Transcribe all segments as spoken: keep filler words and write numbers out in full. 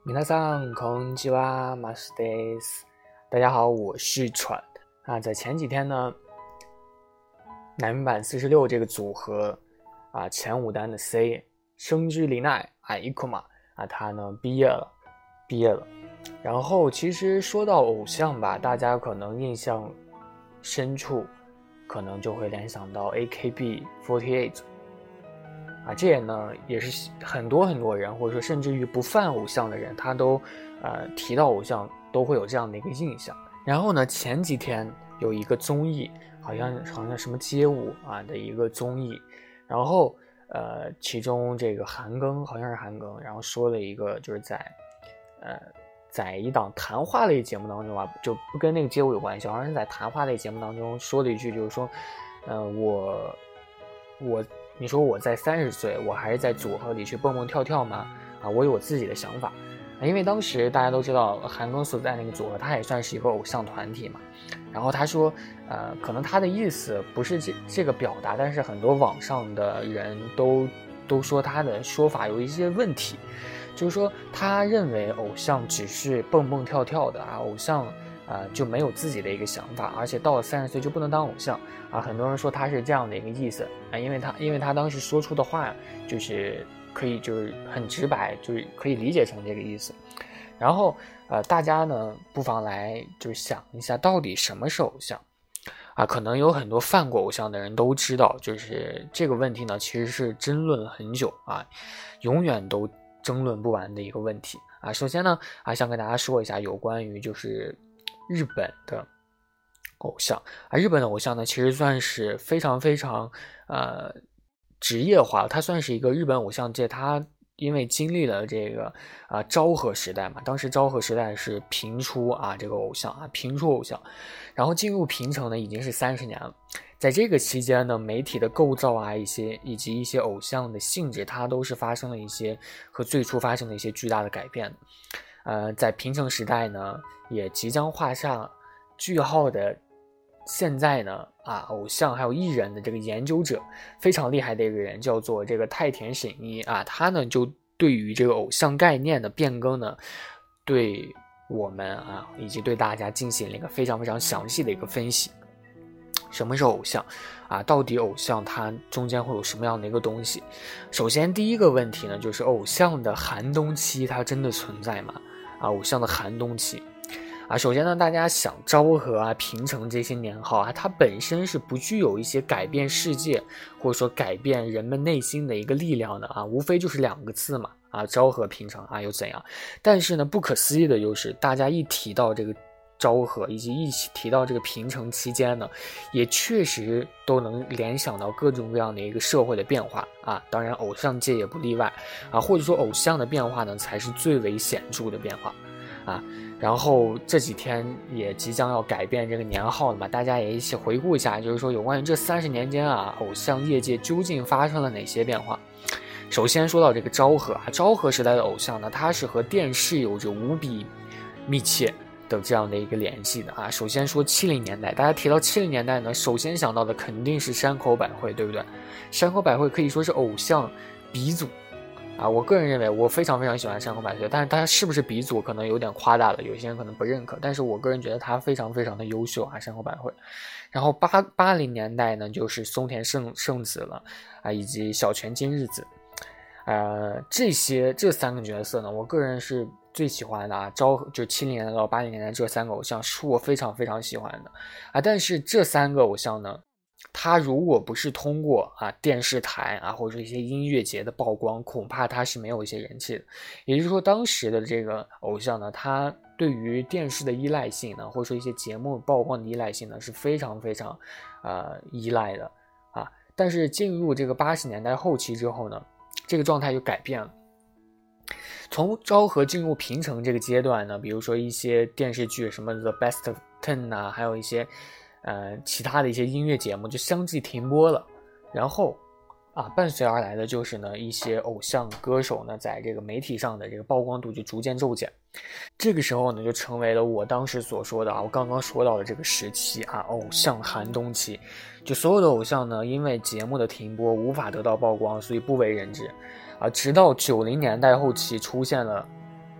皆さんこんにちは、マスです。大家好，我是川啊。在前几天呢，乃木坂四十六这个组合啊，前五单的 C 生之里奈啊伊库玛啊，他呢毕业了，毕业了。然后其实说到偶像吧，大家可能印象深处，可能就会联想到 A K B 四十八。啊，这也呢也是很多很多人，或者说甚至于不泛偶像的人，他都呃提到偶像都会有这样的一个印象。然后呢，前几天有一个综艺，好像好像什么街舞啊的一个综艺，然后呃其中这个韩庚好像是韩庚，然后说了一个就是在呃在一档谈话类节目当中啊，就不跟那个街舞有关系，好像是在谈话类节目当中说了一句，就是说，呃我我。你说我在三十岁，我还是在组合里去蹦蹦跳跳吗？啊，我有我自己的想法，啊，因为当时大家都知道韩庚所在那个组合，他也算是一个偶像团体嘛。然后他说，呃，可能他的意思不是这这个表达，但是很多网上的人都都说他的说法有一些问题，就是说他认为偶像只是蹦蹦跳跳的啊，偶像。呃，就没有自己的一个想法，而且到了三十岁就不能当偶像啊！很多人说他是这样的一个意思啊，因为他因为他当时说出的话就是可以就是很直白，就是可以理解成这个意思。然后呃，大家呢不妨来就是想一下，到底什么是偶像啊？可能有很多犯过偶像的人都知道，就是这个问题呢其实是争论了很久啊，永远都争论不完的一个问题啊。首先呢啊，想跟大家说一下有关于就是日本的偶像啊，日本的偶像呢，其实算是非常非常呃职业化，它算是一个日本偶像界，它因为经历了这个啊、呃、昭和时代嘛，当时昭和时代是平出啊这个偶像啊平出偶像，然后进入平成呢已经是三十年了，在这个期间呢，媒体的构造啊一些以及一些偶像的性质，它都是发生了一些和最初发生的一些巨大的改变。呃，在平成时代呢，也即将画上句号的现在呢，啊，偶像还有艺人的这个研究者非常厉害的一个人，叫做这个太田审一啊，他呢就对于这个偶像概念的变更呢，对我们啊以及对大家进行了一个非常非常详细的一个分析。什么是偶像啊？到底偶像它中间会有什么样的一个东西？首先第一个问题呢，就是偶像的寒冬期它真的存在吗？啊，偶像的寒冬期啊，首先呢，大家想昭和啊、平成这些年号啊，它本身是不具有一些改变世界或者说改变人们内心的一个力量的啊，无非就是两个字嘛啊，昭和平成啊又怎样？但是呢，不可思议的就是大家一提到这个昭和以及一起提到这个平成期间呢，也确实都能联想到各种各样的一个社会的变化啊，当然偶像界也不例外啊，或者说偶像的变化呢才是最为显著的变化啊。然后这几天也即将要改变这个年号了嘛，大家也一起回顾一下，就是说有关于这三十年间啊，偶像业界究竟发生了哪些变化。首先说到这个昭和啊，昭和时代的偶像呢，它是和电视有着无比密切的这样的一个联系的啊。首先说七零年代，大家提到七零年代呢，首先想到的肯定是山口百惠，对不对？山口百惠可以说是偶像鼻祖啊。我个人认为，我非常非常喜欢山口百惠，但是他是不是鼻祖可能有点夸大了，有些人可能不认可，但是我个人觉得他非常非常的优秀啊，山口百惠。然后八八零年代呢，就是松田圣圣子了啊，以及小泉今日子，呃，这些这三个角色呢，我个人是最喜欢的啊，昭就七零年代到八零年代这三个偶像是我非常非常喜欢的啊。但是这三个偶像呢，他如果不是通过啊电视台啊或者一些音乐节的曝光，恐怕他是没有一些人气的。也就是说，当时的这个偶像呢，他对于电视的依赖性呢，或者说一些节目曝光的依赖性呢，是非常非常呃依赖的啊。但是进入这个八十年代后期之后呢，这个状态就改变了。从昭和进入平成这个阶段呢，比如说一些电视剧，什么 The Best Ten 啊，还有一些呃其他的一些音乐节目就相继停播了。然后啊，伴随而来的就是呢，一些偶像歌手呢，在这个媒体上的这个曝光度就逐渐骤减。这个时候呢，就成为了我当时所说的啊，我刚刚说到的这个时期啊，偶像寒冬期。就所有的偶像呢，因为节目的停播无法得到曝光，所以不为人知。啊，直到九零年代后期出现了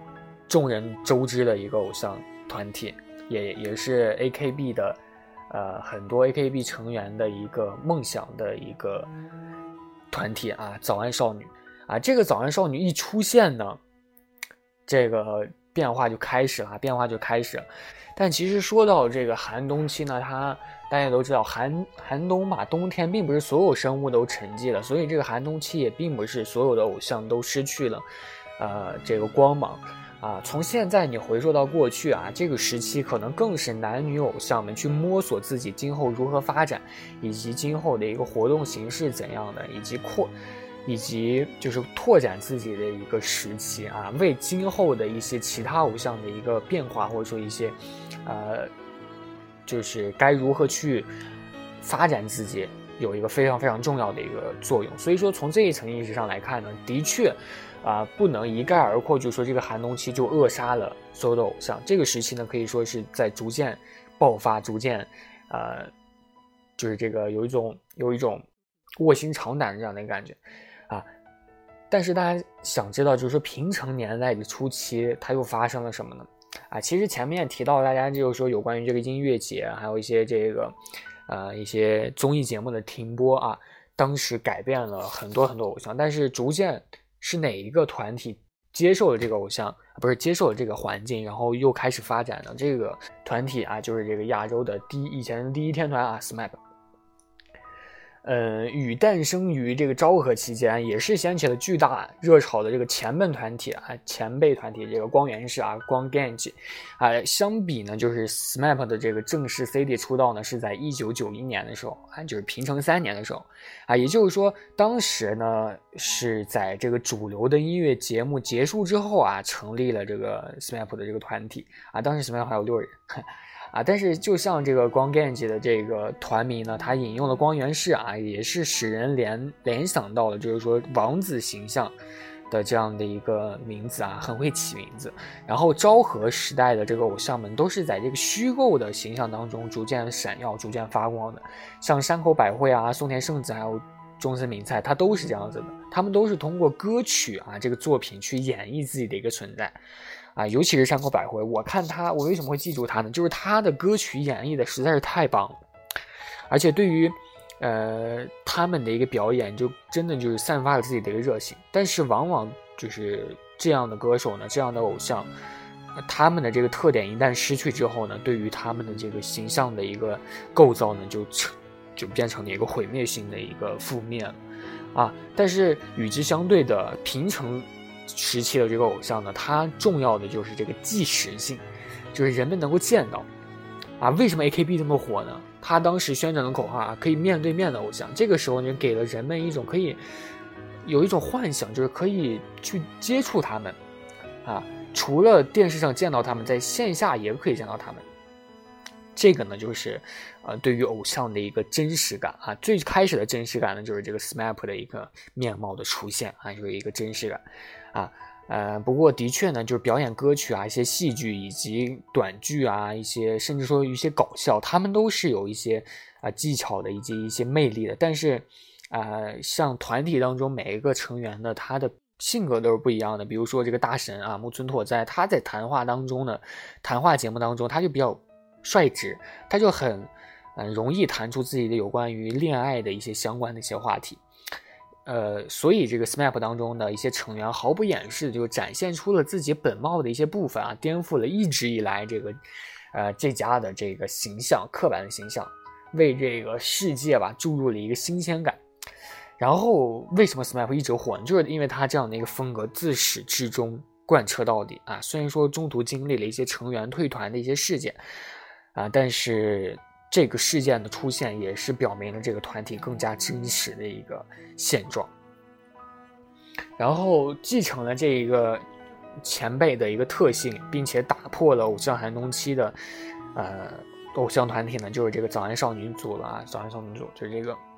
众人周知的一个偶像团体，也也是 A K B 的呃很多 A K B 成员的一个梦想的一个团体啊，早安少女啊。这个早安少女一出现呢，这个变化就开始了，变化就开始了。但其实说到这个寒冬期呢，它大家也都知道寒寒冬吧，冬天并不是所有生物都沉寂了，所以这个寒冬期也并不是所有的偶像都失去了呃这个光芒啊。从现在你回溯到过去啊，这个时期可能更是男女偶像们去摸索自己今后如何发展，以及今后的一个活动形式怎样的，以及扩以及就是拓展自己的一个时期啊，为今后的一些其他偶像的一个变化，或者说一些呃就是该如何去发展自己，有一个非常非常重要的一个作用。所以说从这一层意识上来看呢，的确啊、呃、不能一概而括，就说这个寒冬期就扼杀了所有的偶像。这个时期呢可以说是在逐渐爆发，逐渐呃就是这个有一种有一种卧薪尝胆这样的一个感觉啊。但是大家想知道，就是说平成年代的初期它又发生了什么呢？啊，其实前面也提到大家就是说有关于这个音乐节，还有一些这个呃一些综艺节目的停播啊，当时改变了很多很多偶像。但是逐渐是哪一个团体接受了这个偶像，不是接受了这个环境，然后又开始发展的这个团体啊，就是这个亚洲的第一以前的第一天团啊 S M A P。呃，与诞生于这个昭和期间，也是掀起了巨大热潮的这个前辈团体啊，前辈团体这个光源氏啊，光 Genji 啊，相比呢，就是 S M A P 的这个正式 C D 出道呢，是在一九九一年的时候啊，就是平成三年的时候啊，也就是说，当时呢是在这个主流的音乐节目结束之后啊，成立了这个 S M A P 的这个团体啊，当时 S M A P 还有六人。啊，但是就像这个光 Genji 的这个团名呢，他引用了光源氏啊，也是使人联联想到了，就是说王子形象的这样的一个名字啊，很会起名字。然后昭和时代的这个偶像们都是在这个虚构的形象当中逐渐闪耀、逐渐发光的，像山口百惠啊、松田圣子还有中森明菜，他都是这样子的，他们都是通过歌曲啊这个作品去演绎自己的一个存在。啊，尤其是山口百惠，我看他，我为什么会记住他呢？就是他的歌曲演绎的实在是太棒了，而且对于，呃，他们的一个表演，就真的就是散发了自己的一个热情。但是往往就是这样的歌手呢，这样的偶像，他们的这个特点一旦失去之后呢，对于他们的这个形象的一个构造呢，就就变成了一个毁灭性的一个负面啊。但是与之相对的平成时期的这个偶像呢，它重要的就是这个即时性，就是人们能够见到啊。为什么 A K B 这么火呢？他当时宣传的口号啊，可以面对面的偶像，这个时候呢，给了人们一种可以有一种幻想，就是可以去接触他们啊，除了电视上见到他们，在线下也可以见到他们。这个呢，就是呃，对于偶像的一个真实感啊。最开始的真实感呢，就是这个 S M A P 的一个面貌的出现啊，就是一个真实感啊。呃，不过的确呢，就是表演歌曲啊，一些戏剧以及短剧啊，一些甚至说一些搞笑，他们都是有一些啊、呃、技巧的以及一些魅力的。但是，呃，像团体当中每一个成员呢，他的性格都是不一样的。比如说这个大神啊，木村拓哉，他在谈话当中呢，谈话节目当中，他就比较率直，他就很嗯容易谈出自己的有关于恋爱的一些相关的一些话题。呃，所以这个 S M A P 当中的一些成员毫不掩饰的就展现出了自己本貌的一些部分啊，颠覆了一直以来这个呃这家的这个形象，刻板的形象，为这个世界吧注入了一个新鲜感。然后为什么 S M A P 一直火呢？就是因为他这样的一个风格自始至终贯彻到底啊。虽然说中途经历了一些成员退团的一些事件啊，但是这个事件的出现也是表明了这个团体更加真实的一个现状，然后继承了这一个前辈的一个特性，并且打破了偶像寒冬期的呃偶像团体呢，就是这个早安少女组了啊。早安少女组就是这个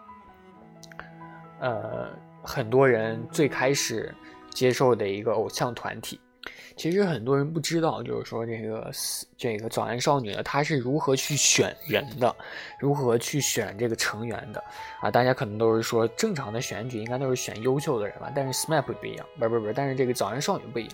呃很多人最开始接受的一个偶像团体。其实很多人不知道，就是说这个这个早安少女呢，她是如何去选人的，如何去选这个成员的啊？大家可能都是说正常的选举应该都是选优秀的人吧，但是 S M A P 不一样，不是不是不是，但是这个早安少女不一样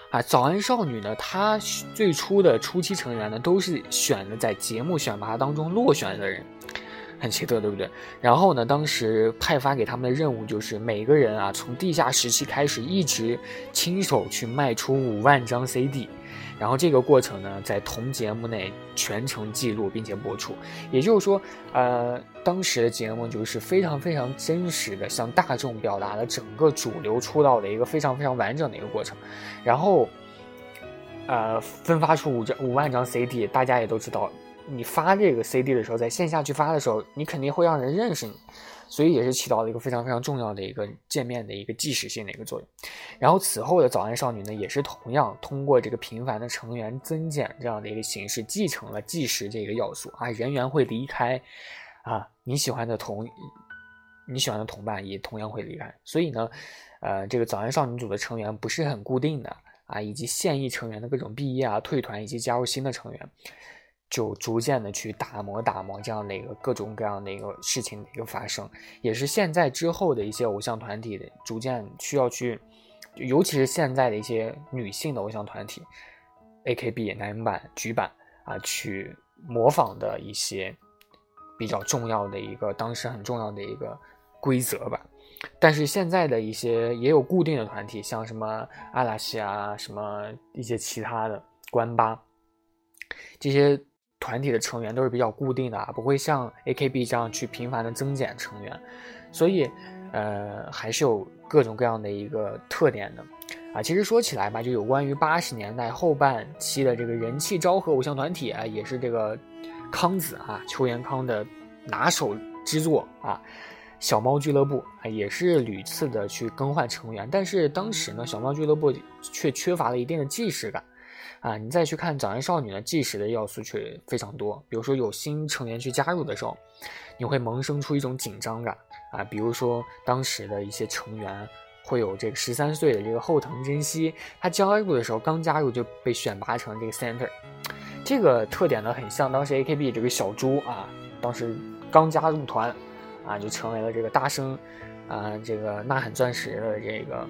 啊，早安少女呢，她最初的初期成员呢，都是选的在节目选拔当中落选的人，很奇特，对不对？然后呢，当时派发给他们的任务就是每个人啊，从地下时期开始，一直亲手去卖出五万张 C D。然后这个过程呢，在同节目内全程记录并且播出，也就是说，呃，当时的节目就是非常非常真实的向大众表达了整个主流出道的一个非常非常完整的一个过程。然后，呃，分发出五张五万张 C D， 大家也都知道，你发这个 C D 的时候，在线下去发的时候，你肯定会让人认识你。所以也是起到了一个非常非常重要的一个见面的一个即时性的一个作用。然后此后的早安少女呢，也是同样通过这个频繁的成员增减这样的一个形式，继承了计时这个要素啊，人员会离开啊，你喜欢的同你喜欢的同伴也同样会离开。所以呢，呃，这个早安少女组的成员不是很固定的啊，以及现役成员的各种毕业啊、退团以及加入新的成员，就逐渐的去打磨打磨这样的一个各种各样的一个事情的一个发生，也是现在之后的一些偶像团体的逐渐需要去，尤其是现在的一些女性的偶像团体 A K B 男版局版啊，去模仿的一些比较重要的一个当时很重要的一个规则吧。但是现在的一些也有固定的团体，像什么阿拉西啊，什么一些其他的关八，这些团体的成员都是比较固定的啊，不会像 A K B 这样去频繁的增减成员，所以呃还是有各种各样的一个特点的啊。其实说起来吧，就有关于八十年代后半期的这个人气昭和偶像团体啊，也是这个康子啊邱元康的拿手之作啊。小猫俱乐部啊，也是屡次的去更换成员，但是当时呢，小猫俱乐部却缺乏了一定的既视感啊。你再去看早安少女呢，既视的要素却非常多，比如说有新成员去加入的时候，你会萌生出一种紧张感啊。比如说当时的一些成员会有这个十三岁的这个后藤真希，他加入的时候刚加入就被选拔成这个 center， 这个特点呢很像当时 A K B 这个小猪啊，当时刚加入团。啊，就成为了这个大声，啊，这个呐喊钻石的这个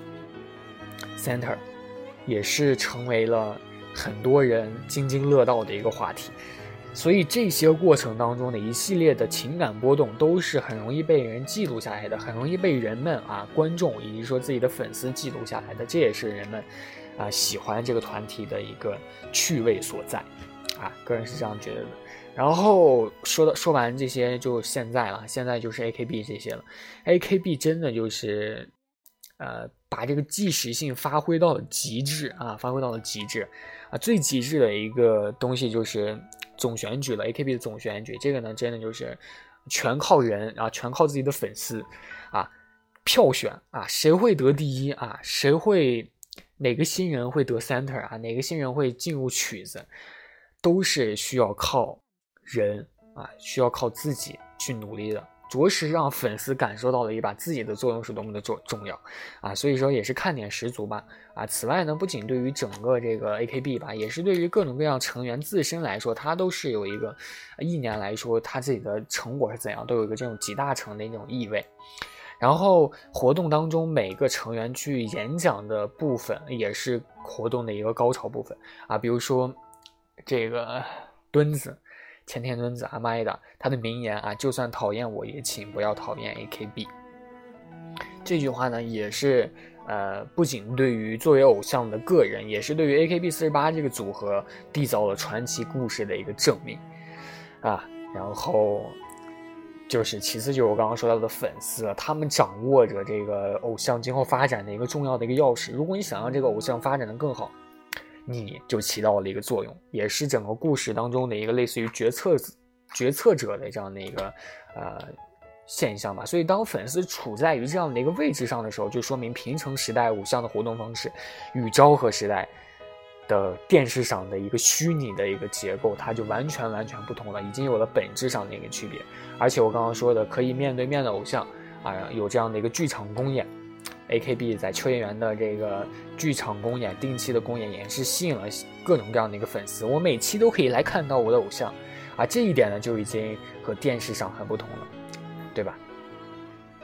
center， 也是成为了很多人津津乐道的一个话题。所以这些过程当中的一系列的情感波动，都是很容易被人记录下来的，很容易被人们啊观众以及说自己的粉丝记录下来的，这也是人们啊喜欢这个团体的一个趣味所在，啊，个人是这样觉得的。然后说的说完这些就现在了，现在就是 A K B 这些了。A K B 真的就是，呃，把这个即时性发挥到了极致啊，发挥到了极致啊。最极致的一个东西就是总选举了 ，A K B 的总选举，这个呢真的就是全靠人啊，全靠自己的粉丝啊，票选啊，谁会得第一啊，谁会哪个新人会得 center 啊，哪个新人会进入曲子，都是需要靠。人啊，需要靠自己去努力的，着实让粉丝感受到了一把自己的作用是多么的重重要啊，所以说也是看点十足吧啊。此外呢，不仅对于整个这个 A K B 吧，也是对于各种各样成员自身来说，它都是有一个一年来说他自己的成果是怎样，都有一个这种集大成的那种意味。然后活动当中每个成员去演讲的部分，也是活动的一个高潮部分啊，比如说这个墩子。前田敦子阿麦的他的名言啊，就算讨厌我也请不要讨厌 A K B。 这句话呢也是呃，不仅对于作为偶像的个人，也是对于 A K B 四十八这个组合缔造了传奇故事的一个证明啊。然后就是其次就是我刚刚说到的粉丝，他们掌握着这个偶像今后发展的一个重要的一个钥匙。如果你想让这个偶像发展的更好，你就起到了一个作用，也是整个故事当中的一个类似于决策决策者的这样的一个呃现象吧。所以当粉丝处在于这样的一个位置上的时候，就说明平成时代偶像的活动方式与昭和时代的电视上的一个虚拟的一个结构，它就完全完全不同了，已经有了本质上的一个区别。而且我刚刚说的可以面对面的偶像啊，有这样的一个剧场公演。A K B 在秋叶原的这个剧场公演，定期的公演也是吸引了各种各样的一个粉丝，我每期都可以来看到我的偶像啊，这一点呢就已经和电视上很不同了，对吧？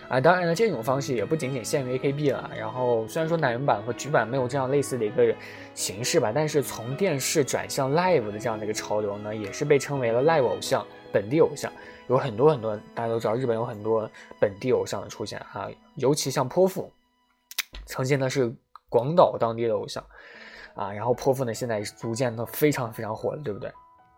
啊。当然了，这种方式也不仅仅限于 A K B 了。然后虽然说奶原版和局版没有这样类似的一个形式吧，但是从电视转向 live 的这样的一个潮流呢，也是被称为了 live 偶像、本地偶像。有很多很多，大家都知道，日本有很多本地偶像的出现啊，尤其像泼妇，曾经呢是广岛当地的偶像啊，然后泼妇呢现在逐渐的非常非常火了，对不对？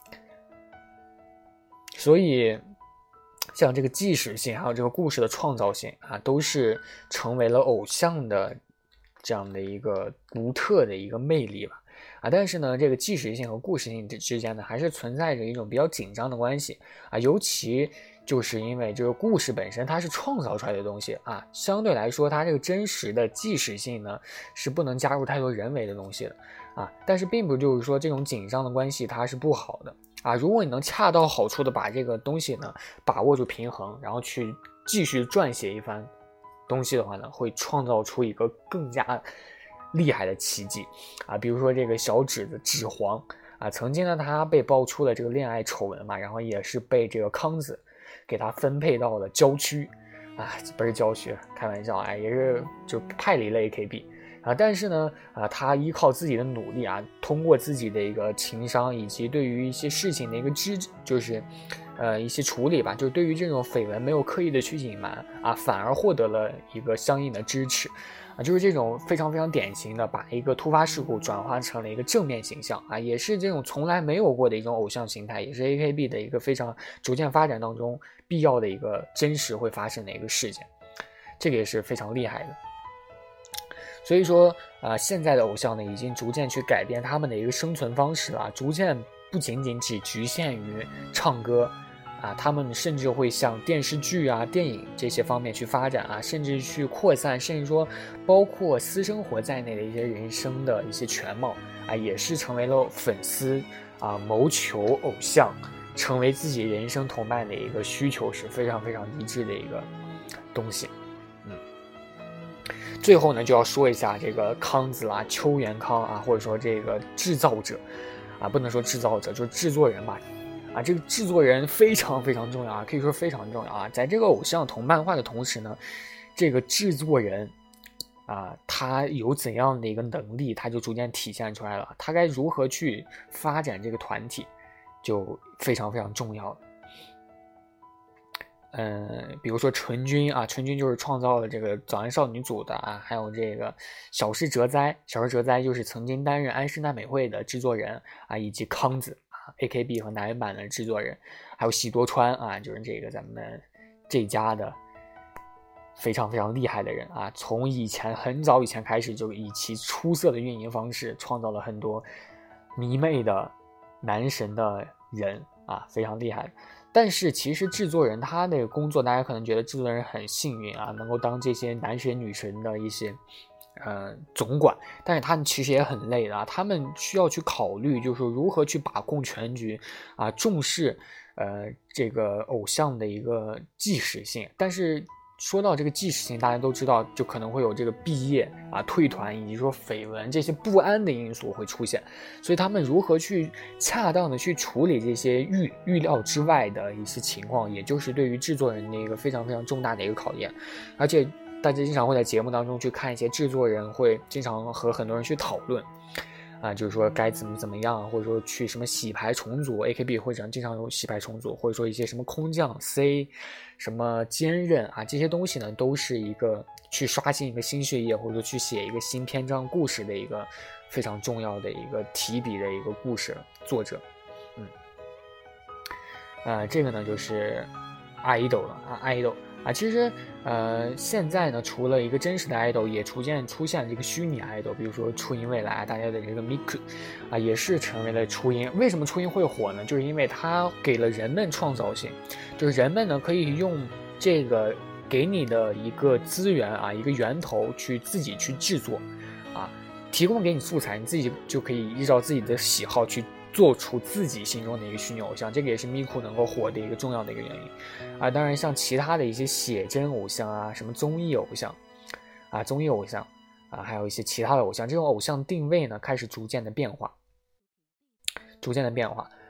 所以像这个纪实性还有这个故事的创造性啊，都是成为了偶像的这样的一个独特的一个魅力吧。啊，但是呢，这个纪实性和故事性之间呢，还是存在着一种比较紧张的关系啊，尤其就是因为这个故事本身它是创造出来的东西啊，相对来说，它这个真实的纪实性呢，是不能加入太多人为的东西的啊。但是并不就是说这种紧张的关系它是不好的啊，如果你能恰到好处的把这个东西呢把握住平衡，然后去继续撰写一番东西的话呢，会创造出一个更加厉害的奇迹啊！比如说这个小指的指黄啊，曾经呢他被爆出了这个恋爱丑闻嘛，然后也是被这个康子给他分配到了郊区啊，不是郊区，开玩笑啊，也是就派离了 A K B。啊，但是呢，啊，他依靠自己的努力啊，通过自己的一个情商以及对于一些事情的一个知，就是，呃，一些处理吧，就是对于这种绯闻没有刻意的去隐瞒啊，反而获得了一个相应的支持，啊，就是这种非常非常典型的把一个突发事故转化成了一个正面形象啊，也是这种从来没有过的一种偶像形态，也是 A K B 的一个非常逐渐发展当中必要的一个真实会发生的一个事件，这个也是非常厉害的。所以说啊、呃，现在的偶像呢，已经逐渐去改变他们的一个生存方式了，逐渐不仅仅只局限于唱歌啊，他们甚至会向电视剧啊、电影这些方面去发展啊，甚至去扩散，甚至说包括私生活在内的一些人生的一些全貌啊，也是成为了粉丝啊谋求偶像，成为自己人生同伴的一个需求，是非常非常一致的一个东西。最后呢，就要说一下这个康子啦、邱元康啊，或者说这个制造者啊，不能说制造者，就是制作人吧。啊，这个制作人非常非常重要啊，可以说非常重要啊。在这个偶像同漫画的同时呢，这个制作人啊，他有怎样的一个能力，他就逐渐体现出来了。他该如何去发展这个团体，就非常非常重要了。嗯，比如说纯君啊，纯君就是创造了这个早安少女组的啊，还有这个小室哲哉，小室哲哉就是曾经担任安室奈美惠的制作人啊，以及康子啊 A K B 和男原版的制作人，还有喜多川啊，就是这个咱们这家的非常非常厉害的人啊，从以前很早以前开始就以其出色的运营方式创造了很多迷妹的男神的人啊，非常厉害。但是其实制作人他的工作，大家可能觉得制作人很幸运啊，能够当这些男神女神的一些呃总管，但是他们其实也很累的啊，他们需要去考虑就是如何去把控全局啊，重视呃这个偶像的一个即时性，但是说到这个即时性，大家都知道，就可能会有这个毕业啊、退团以及说绯闻这些不安的因素会出现，所以他们如何去恰当的去处理这些预预料之外的一些情况，也就是对于制作人的一个非常非常重大的一个考验。而且大家经常会在节目当中去看一些制作人会经常和很多人去讨论。啊，就是说该怎么怎么样，或者说去什么洗牌重组 ，A K B 会经常有洗牌重组，或者说一些什么空降 C， 什么坚韧啊，这些东西呢，都是一个去刷新一个新血液，或者说去写一个新篇章故事的一个非常重要的一个提笔的一个故事作者。嗯，呃，这个呢就是idol了啊 ，idol。啊，其实，呃，现在呢，除了一个真实的 idol，也逐渐出现了这个虚拟 idol，比如说初音未来，大家的这个 Miku， 啊，也是成为了初音。为什么初音会火呢？就是因为它给了人们创造性，就是人们呢可以用这个给你的一个资源啊，一个源头去自己去制作，啊，提供给你素材，你自己就可以依照自己的喜好去做出自己心中的一个虚拟偶像，这个也是咪咕能够火的一个重要的一个原因啊。当然，像其他的一些写真偶像啊，什么综艺偶像啊，综艺偶像啊，还有一些其他的偶像，这种偶像定位呢开始逐渐的变化，逐渐的变化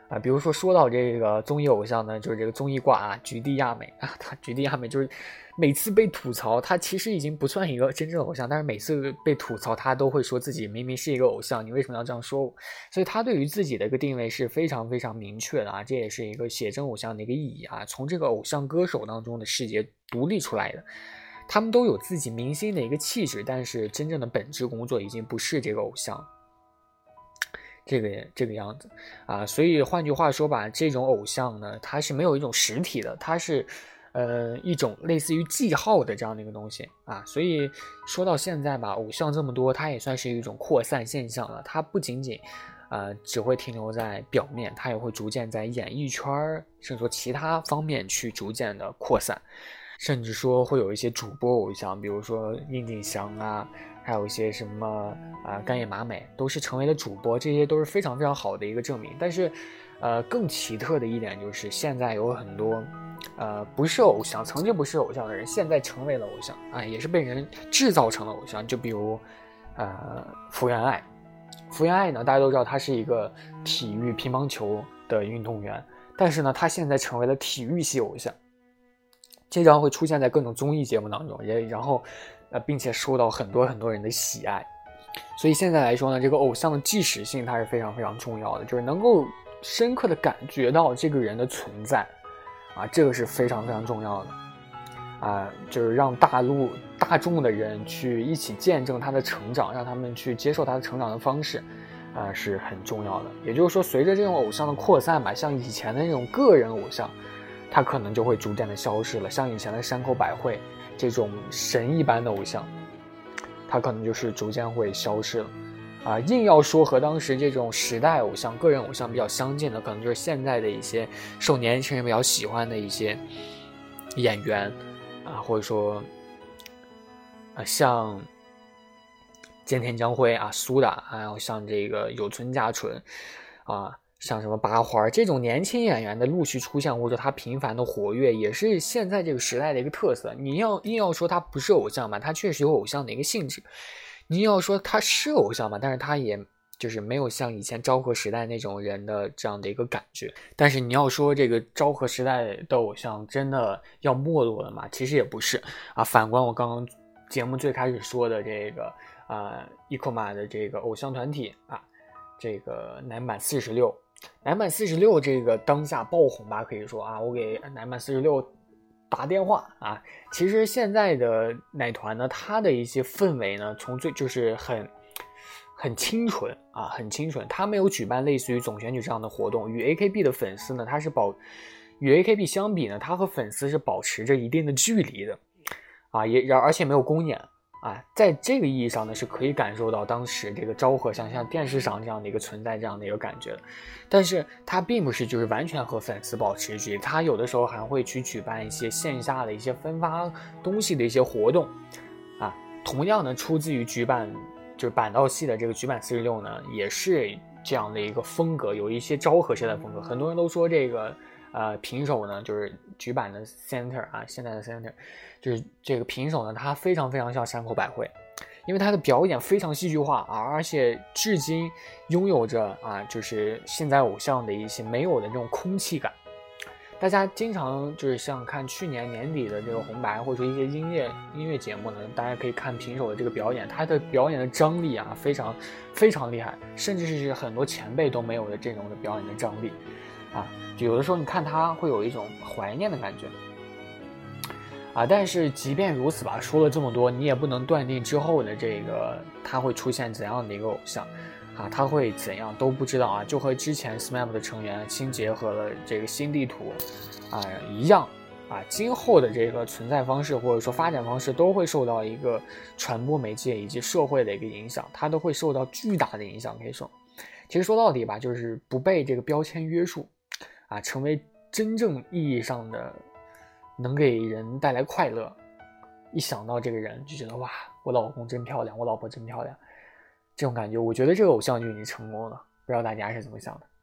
啊，比如说说到这个综艺偶像呢，就是这个综艺挂啊，菊地亚美啊，他菊地亚美就是每次被吐槽，他其实已经不算一个真正的偶像，但是每次被吐槽，他都会说自己明明是一个偶像，你为什么要这样说我？所以他对于自己的一个定位是非常非常明确的啊，这也是一个写真偶像的一个意义啊，从这个偶像歌手当中的世界独立出来的。他们都有自己明星的一个气质，但是真正的本质工作已经不是这个偶像。这个这个样子啊，所以换句话说吧，这种偶像呢，它是没有一种实体的，它是呃一种类似于记号的这样的一个东西啊。所以说到现在吧，偶像这么多，它也算是一种扩散现象了。它不仅仅呃只会停留在表面，它也会逐渐在演艺圈甚至说其他方面去逐渐的扩散，甚至说会有一些主播偶像，比如说樱井翔啊。还有一些什么啊，干叶麻美都是成为了主播，这些都是非常非常好的一个证明。但是，呃，更奇特的一点就是，现在有很多，呃，不是偶像，曾经不是偶像的人，现在成为了偶像啊，也是被人制造成了偶像。就比如，呃，福原爱，福原爱呢，大家都知道她是一个体育乒乓球的运动员，但是呢，她现在成为了体育系偶像，经常会出现在各种综艺节目当中，也然后。呃，并且受到很多很多人的喜爱，所以现在来说呢，这个偶像的即时性它是非常非常重要的，就是能够深刻的感觉到这个人的存在，啊，这个是非常非常重要的，啊，就是让大陆大众的人去一起见证他的成长，让他们去接受他的成长的方式，啊，是很重要的。也就是说，随着这种偶像的扩散吧，像以前的那种个人偶像，他可能就会逐渐的消失了，像以前的山口百惠。这种神一般的偶像，他可能就是逐渐会消失了，啊，硬要说和当时这种时代偶像、个人偶像比较相近的，可能就是现在的一些受年轻人比较喜欢的一些演员，啊，或者说，啊，像菅田将晖啊、苏打，还有像这个有村架纯，啊。像什么八花这种年轻演员的陆续出现，或者他频繁的活跃，也是现在这个时代的一个特色。你要硬要说他不是偶像吧，他确实有偶像的一个性质；你要说他是偶像吧，但是他也就是没有像以前昭和时代那种人的这样的一个感觉。但是你要说这个昭和时代的偶像真的要没落了吗？其实也不是啊。反观我刚刚节目最开始说的这个啊 ，E K O M A 的这个偶像团体啊，这个男版四十六。男版四十六这个当下爆红吧，可以说啊，我给男版四十六打电话啊。其实现在的奶团呢，它的一些氛围呢，从最就是很很清纯啊，很清纯。它没有举办类似于总选举这样的活动，与 A K B 的粉丝呢，它是保与 A K B 相比呢，它和粉丝是保持着一定的距离的啊，也而且没有公演。啊，在这个意义上呢，是可以感受到当时这个昭和像像电视上这样的一个存在这样的一个感觉的，但是它并不是就是完全和粉丝保持距离，它有的时候还会去举办一些线下的一些分发东西的一些活动，啊，同样呢，出自于举办就是板道系的这个举版四十六呢，也是这样的一个风格，有一些昭和时代风格，很多人都说这个。呃，平手呢，就是举版的 center 啊，现在的 center， 就是这个平手呢，它非常非常像山口百惠，因为它的表演非常戏剧化啊，而且至今拥有着啊，就是现在偶像的一些没有的这种空气感。大家经常就是像看去年年底的这个红白，或者说一些音乐音乐节目呢，大家可以看平手的这个表演，他的表演的张力啊，非常非常厉害，甚至是很多前辈都没有的这种的表演的张力。啊，有的时候你看他会有一种怀念的感觉，啊，但是即便如此吧，说了这么多，你也不能断定之后的这个他会出现怎样的一个偶像，啊，他会怎样都不知道啊，就和之前 S M A P 的成员新结合了这个新地图，啊一样，啊，今后的这个存在方式或者说发展方式都会受到一个传播媒介以及社会的一个影响，它都会受到巨大的影响，可以说，其实说到底吧，就是不被这个标签约束。啊，成为真正意义上的能给人带来快乐，一想到这个人就觉得哇，我老公真漂亮，我老婆真漂亮，这种感觉，我觉得这个偶像剧已经成功了，不知道大家是怎么想的。